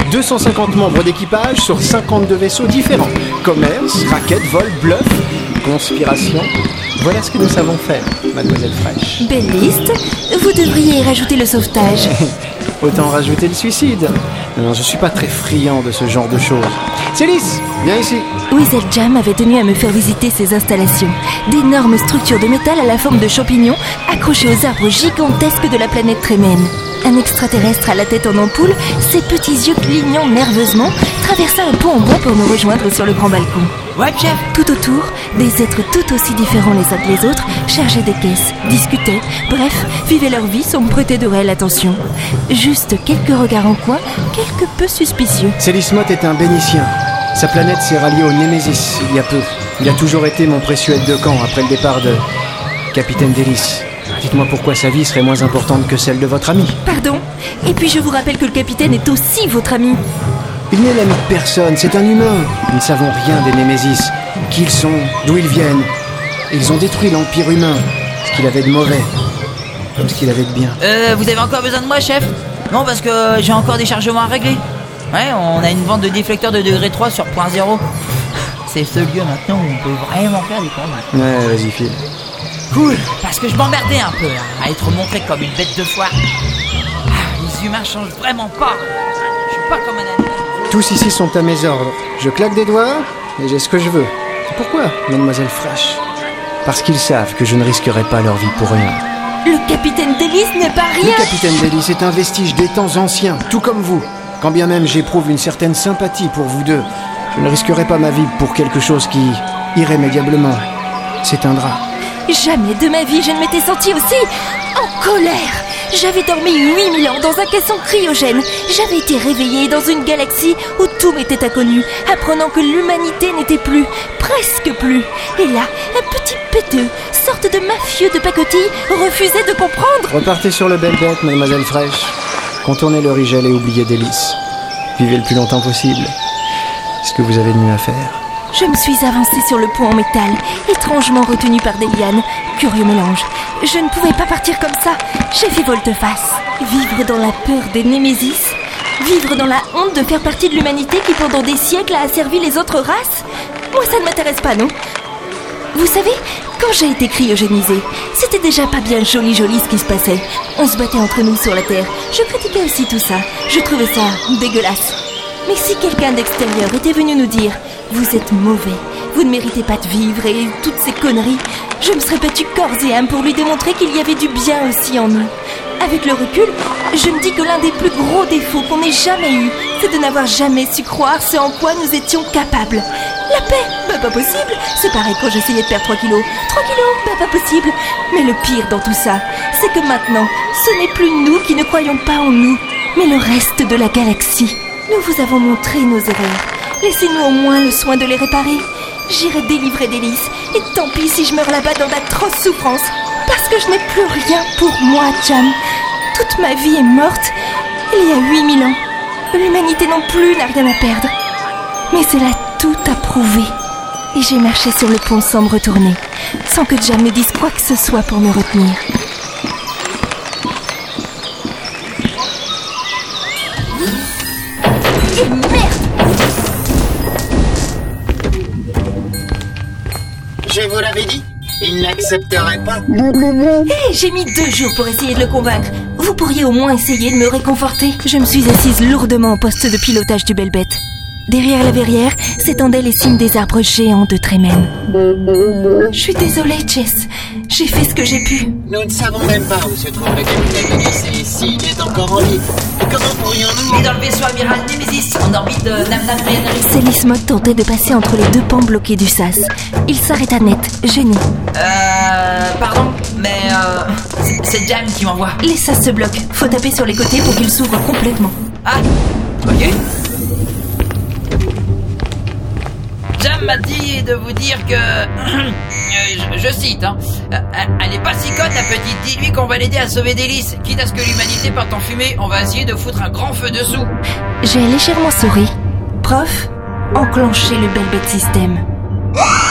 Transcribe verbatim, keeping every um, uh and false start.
deux cent cinquante membres d'équipage sur cinquante-deux vaisseaux différents. Commerce, raquettes, vol, bluff, conspiration. Voilà ce que nous savons faire, mademoiselle Fraîche. Belle liste. Vous devriez rajouter le sauvetage. Autant rajouter le suicide. Non, je suis pas très friand de ce genre de choses. Célis, viens ici. Weaseljam avait tenu à me faire visiter ses installations. D'énormes structures de métal à la forme de champignons accrochées aux arbres gigantesques de la planète Trémène. Un extraterrestre à la tête en ampoule, ses petits yeux clignant nerveusement, traversa un pont en bois pour nous rejoindre sur le grand balcon. Ouais, chef. Tout autour, des êtres tout aussi différents les uns que les autres chargeaient des caisses, discutaient, bref, vivaient leur vie sans me prêter de réelle attention. Juste quelques regards en coin, quelque peu suspicieux. Célis Mott est un bénicien. Sa planète s'est ralliée au Némésis il y a peu. Il a toujours été mon précieux aide de camp après le départ de Capitaine Délice. Dites-moi pourquoi sa vie serait moins importante que celle de votre ami. Pardon. Et puis je vous rappelle que le capitaine est aussi votre ami. Il n'est l'ami de personne, c'est un humain. Nous ne savons rien des Némésis. Qui ils sont, d'où ils viennent. Ils ont détruit l'Empire humain. Ce qu'il avait de mauvais, comme ce qu'il avait de bien. Euh, vous avez encore besoin de moi, chef? Non, parce que j'ai encore des chargements à régler. Ouais, on a une vente de déflecteurs de degré trois sur point zéro. C'est ce lieu maintenant où on peut vraiment faire des combats. Ouais, vas-y, file. Cool, parce que je m'emmerdais un peu hein, à être montré comme une bête de foire. Ah, les humains changent vraiment pas. Je suis pas comme un animal. Tous ici sont à mes ordres. Je claque des doigts et j'ai ce que je veux. Pourquoi, mademoiselle Fraîche? Parce qu'ils savent que je ne risquerai pas leur vie pour rien. Le capitaine Délice n'est pas rien. Le capitaine Délice est un vestige des temps anciens, tout comme vous. Quand bien même j'éprouve une certaine sympathie pour vous deux, je ne risquerai pas ma vie pour quelque chose qui, irrémédiablement, s'éteindra. Jamais de ma vie je ne m'étais sentie aussi en colère. J'avais dormi huit mille ans dans un caisson cryogène. J'avais été réveillée dans une galaxie où tout m'était inconnu, apprenant que l'humanité n'était plus, presque plus. Et là, un petit péteux, sorte de mafieux de pacotille, refusait de comprendre. Repartez sur le Belbet, mademoiselle Fraîche. Contournez le Rigel et oubliez Délice. Vivez le plus longtemps possible. C'est ce que vous avez de mieux à faire. Je me suis avancée sur le pont en métal, étrangement retenue par des lianes. Curieux mélange. Je ne pouvais pas partir comme ça. J'ai fait volte-face. Vivre dans la peur des Némésis. Vivre dans la honte de faire partie de l'humanité qui pendant des siècles a asservi les autres races. Moi, ça ne m'intéresse pas, non? Vous savez, quand j'ai été cryogénisée, c'était déjà pas bien joli joli ce qui se passait. On se battait entre nous sur la Terre. Je critiquais aussi tout ça. Je trouvais ça dégueulasse. Mais si quelqu'un d'extérieur était venu nous dire « Vous êtes mauvais, vous ne méritez pas de vivre » et toutes ces conneries, je me serais battue corps et âme pour lui démontrer qu'il y avait du bien aussi en nous. Avec le recul, je me dis que l'un des plus gros défauts qu'on ait jamais eu, c'est de n'avoir jamais su croire ce en quoi nous étions capables. La paix, bah pas possible. C'est pareil quand j'essayais de perdre trois kilos. trois kilos, bah pas possible. Mais le pire dans tout ça, c'est que maintenant, ce n'est plus nous qui ne croyons pas en nous, mais le reste de la galaxie. Nous vous avons montré nos erreurs. Laissez-nous au moins le soin de les réparer. J'irai délivrer Délice, et tant pis si je meurs là-bas dans d'atroces souffrances. Parce que je n'ai plus rien pour moi, Jam. Toute ma vie est morte, il y a huit mille ans. L'humanité non plus n'a rien à perdre. Mais elle a tout à prouver. Et j'ai marché sur le pont sans me retourner, sans que Jam me dise quoi que ce soit pour me retenir. Et merde! Je vous l'avais dit, il n'accepterait pas. Hé, hey, j'ai mis deux jours pour essayer de le convaincre. Vous pourriez au moins essayer de me réconforter. Je me suis assise lourdement au poste de pilotage du Belbet. Derrière la verrière s'étendaient les cimes des arbres géants de Trémène. Je suis désolée, Jess. J'ai fait ce que j'ai pu. Nous ne savons même pas où se trouve le capitaine Délice et s'il est encore en vie. Et comment pourrions-nous... Il est dans le vaisseau amiral Némésis, en orbite de Namnam Rainery. Célis Mott tentait de passer entre les deux pans bloqués du sas. Il s'arrêta net, gêné. Euh... Pardon, mais euh... c'est Jam qui m'envoie. Les sas se bloquent. Faut taper sur les côtés pour qu'ils s'ouvrent complètement. Ah, ok. Jam m'a dit de vous dire que... je, je cite, hein. Elle est pas si conne, la petite. Dis-lui qu'on va l'aider à sauver Délice. Quitte à ce que l'humanité parte en fumée, on va essayer de foutre un grand feu dessous. J'ai légèrement souri. Prof, enclenchez le Belbet système.